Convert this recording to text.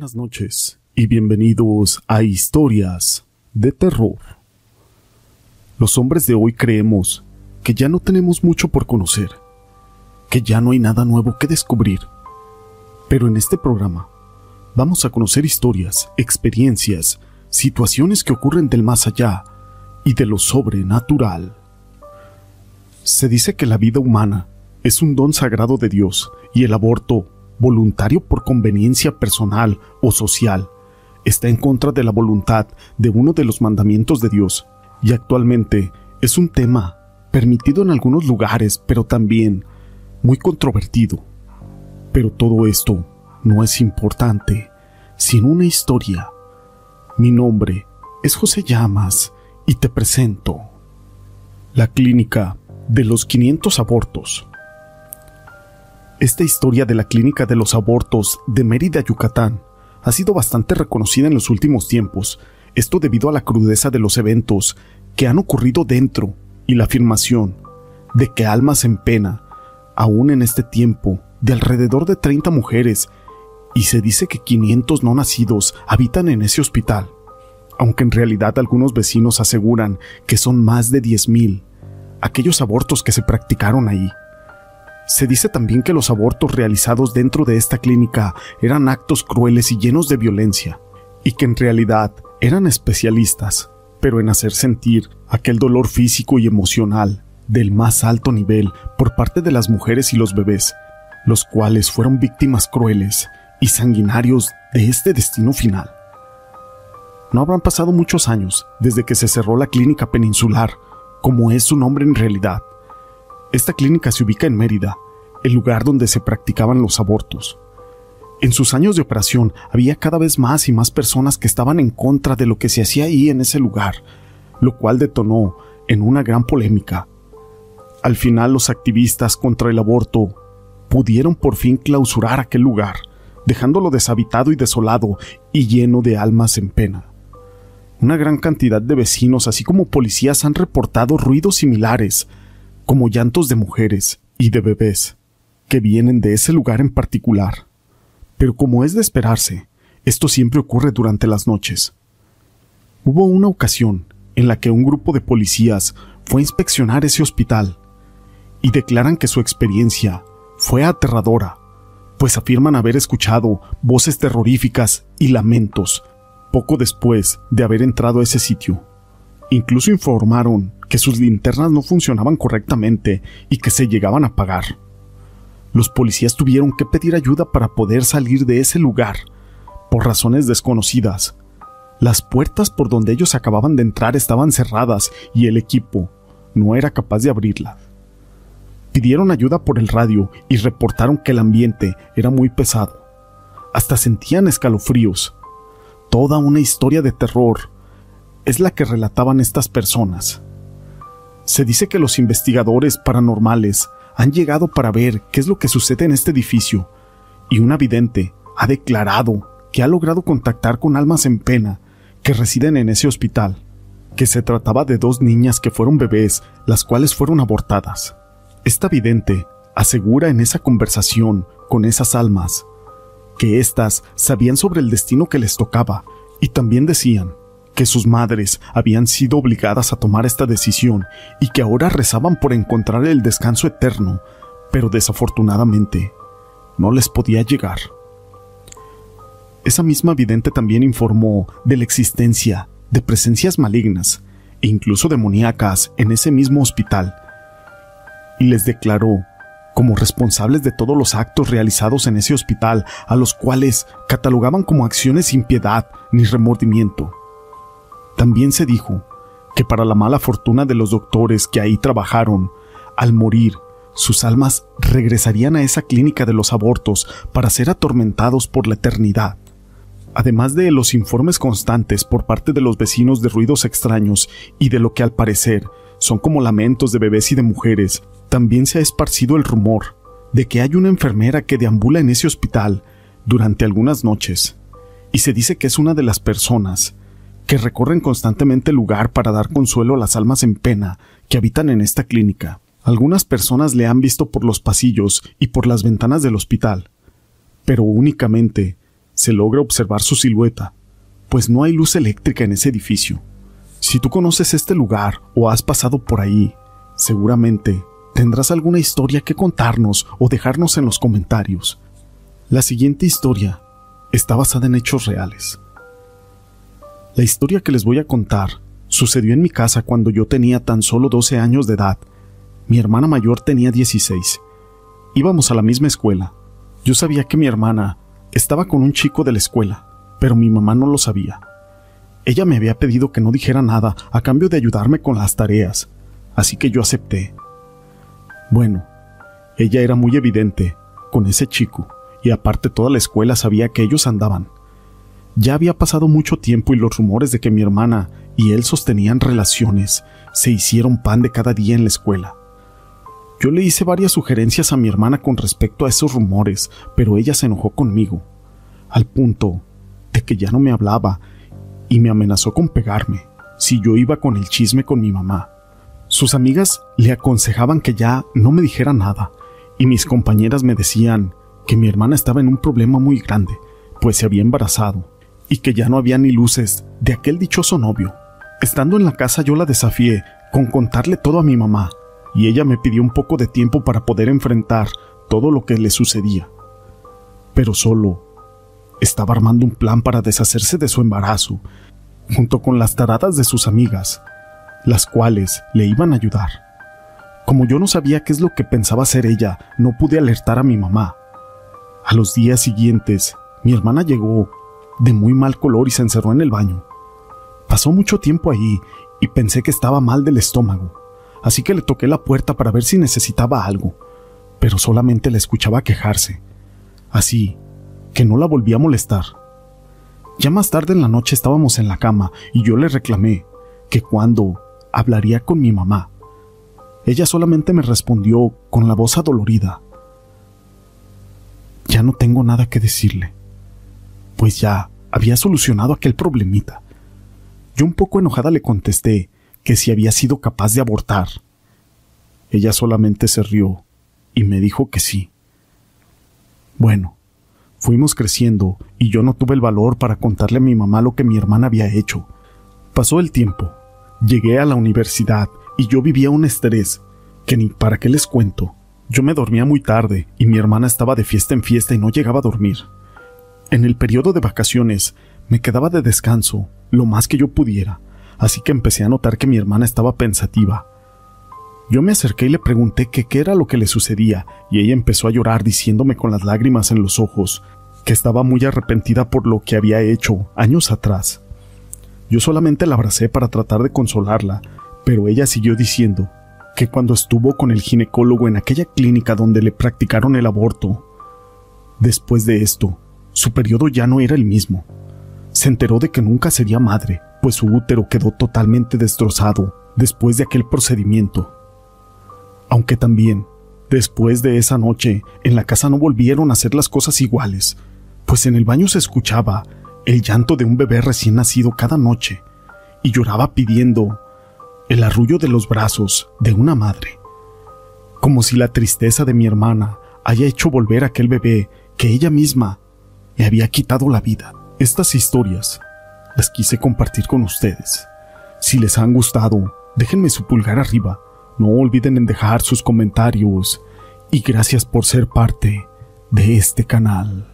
Buenas noches y bienvenidos a Historias de Terror. Los hombres de hoy creemos que ya no tenemos mucho por conocer, que ya no hay nada nuevo que descubrir. Pero en este programa vamos a conocer historias, experiencias, situaciones que ocurren del más allá y de lo sobrenatural. Se dice que la vida humana es un don sagrado de Dios y el aborto, voluntario por conveniencia personal o social, está en contra de la voluntad de uno de los mandamientos de Dios y actualmente es un tema permitido en algunos lugares, pero también muy controvertido. Pero todo esto no es importante, sino una historia. Mi nombre es José Llamas y te presento la Clínica de los 500 abortos. Esta historia de la Clínica de los Abortos de Mérida, Yucatán, ha sido bastante reconocida en los últimos tiempos, esto debido a la crudeza de los eventos que han ocurrido dentro y la afirmación de que almas en pena, aún en este tiempo, de alrededor de 30 mujeres, y se dice que 500 no nacidos habitan en ese hospital, aunque en realidad algunos vecinos aseguran que son más de 10,000 aquellos abortos que se practicaron ahí. Se dice también que los abortos realizados dentro de esta clínica eran actos crueles y llenos de violencia, y que en realidad eran especialistas, pero en hacer sentir aquel dolor físico y emocional del más alto nivel por parte de las mujeres y los bebés, los cuales fueron víctimas crueles y sanguinarios de este destino final. No habrán pasado muchos años desde que se cerró la Clínica Peninsular, como es su nombre en realidad. Esta clínica se ubica en Mérida, el lugar donde se practicaban los abortos. En sus años de operación había cada vez más y más personas que estaban en contra de lo que se hacía ahí en ese lugar, lo cual detonó en una gran polémica. Al final los activistas contra el aborto pudieron por fin clausurar aquel lugar, dejándolo deshabitado y desolado y lleno de almas en pena. Una gran cantidad de vecinos, así como policías, han reportado ruidos similares, como llantos de mujeres y de bebés, que vienen de ese lugar en particular. Pero como es de esperarse, esto siempre ocurre durante las noches. Hubo una ocasión en la que un grupo de policías fue a inspeccionar ese hospital y declaran que su experiencia fue aterradora, pues afirman haber escuchado voces terroríficas y lamentos poco después de haber entrado a ese sitio. Incluso informaron que sus linternas no funcionaban correctamente y que se llegaban a apagar. Los policías tuvieron que pedir ayuda para poder salir de ese lugar, por razones desconocidas. Las puertas por donde ellos acababan de entrar estaban cerradas y el equipo no era capaz de abrirlas. Pidieron ayuda por el radio y reportaron que el ambiente era muy pesado. Hasta sentían escalofríos. Toda una historia de terror es la que relataban estas personas. Se dice que los investigadores paranormales han llegado para ver qué es lo que sucede en este edificio, y una vidente ha declarado que ha logrado contactar con almas en pena que residen en ese hospital, que se trataba de 2 niñas que fueron bebés, las cuales fueron abortadas. Esta vidente asegura en esa conversación con esas almas que éstas sabían sobre el destino que les tocaba, y también decían que sus madres habían sido obligadas a tomar esta decisión y que ahora rezaban por encontrar el descanso eterno, pero desafortunadamente no les podía llegar. Esa misma vidente también informó de la existencia de presencias malignas e incluso demoníacas en ese mismo hospital, y les declaró como responsables de todos los actos realizados en ese hospital, a los cuales catalogaban como acciones sin piedad ni remordimiento. También se dijo que para la mala fortuna de los doctores que ahí trabajaron, al morir, sus almas regresarían a esa clínica de los abortos para ser atormentados por la eternidad. Además de los informes constantes por parte de los vecinos de ruidos extraños y de lo que al parecer son como lamentos de bebés y de mujeres, también se ha esparcido el rumor de que hay una enfermera que deambula en ese hospital durante algunas noches, y se dice que es una de las personas que recorren constantemente el lugar para dar consuelo a las almas en pena que habitan en esta clínica. Algunas personas le han visto por los pasillos y por las ventanas del hospital, pero únicamente se logra observar su silueta, pues no hay luz eléctrica en ese edificio. Si tú conoces este lugar o has pasado por ahí, seguramente tendrás alguna historia que contarnos o dejarnos en los comentarios. La siguiente historia está basada en hechos reales. La historia que les voy a contar sucedió en mi casa cuando yo tenía tan solo 12 años de edad. Mi hermana mayor tenía 16. Íbamos a la misma escuela. Yo sabía que mi hermana estaba con un chico de la escuela, pero mi mamá no lo sabía. Ella me había pedido que no dijera nada a cambio de ayudarme con las tareas, así que yo acepté. Bueno, ella era muy evidente con ese chico, y aparte toda la escuela sabía que ellos andaban. Ya había pasado mucho tiempo y los rumores de que mi hermana y él sostenían relaciones se hicieron pan de cada día en la escuela. Yo le hice varias sugerencias a mi hermana con respecto a esos rumores, pero ella se enojó conmigo, al punto de que ya no me hablaba y me amenazó con pegarme si yo iba con el chisme con mi mamá. Sus amigas le aconsejaban que ya no me dijera nada, y mis compañeras me decían que mi hermana estaba en un problema muy grande, pues se había embarazado, y que ya no había ni luces de aquel dichoso novio. Estando en la casa yo la desafié con contarle todo a mi mamá, y ella me pidió un poco de tiempo para poder enfrentar todo lo que le sucedía. Pero solo estaba armando un plan para deshacerse de su embarazo, junto con las taradas de sus amigas, las cuales le iban a ayudar. Como yo no sabía qué es lo que pensaba hacer ella, no pude alertar a mi mamá. A los días siguientes, mi hermana llegó de muy mal color y se encerró en el baño. Pasó mucho tiempo ahí y pensé que estaba mal del estómago, así que le toqué la puerta para ver si necesitaba algo, pero solamente la escuchaba quejarse, así que no la volví a molestar. Ya más tarde en la noche estábamos en la cama y yo le reclamé que cuándo hablaría con mi mamá. Ella solamente me respondió con la voz adolorida: ya no tengo nada que decirle, pues ya había solucionado aquel problemita. Yo un poco enojada le contesté que si había sido capaz de abortar. Ella solamente se rió y me dijo que sí. Bueno, fuimos creciendo y yo no tuve el valor para contarle a mi mamá lo que mi hermana había hecho. Pasó el tiempo, llegué a la universidad y yo vivía un estrés que ni para qué les cuento. Yo me dormía muy tarde y mi hermana estaba de fiesta en fiesta y no llegaba a dormir. En el periodo de vacaciones me quedaba de descanso lo más que yo pudiera, así que empecé a notar que mi hermana estaba pensativa. Yo me acerqué y le pregunté qué era lo que le sucedía, y ella empezó a llorar diciéndome con las lágrimas en los ojos que estaba muy arrepentida por lo que había hecho años atrás. Yo solamente la abracé para tratar de consolarla, pero ella siguió diciendo que cuando estuvo con el ginecólogo en aquella clínica donde le practicaron el aborto, después de esto, su periodo ya no era el mismo. Se enteró de que nunca sería madre, pues su útero quedó totalmente destrozado después de aquel procedimiento. Aunque también, después de esa noche, en la casa no volvieron a hacer las cosas iguales, pues en el baño se escuchaba el llanto de un bebé recién nacido cada noche, y lloraba pidiendo el arrullo de los brazos de una madre, como si la tristeza de mi hermana haya hecho volver a aquel bebé que ella misma le había quitado la vida. Estas historias las quise compartir con ustedes. Si les han gustado, déjenme su pulgar arriba, no olviden en dejar sus comentarios y gracias por ser parte de este canal.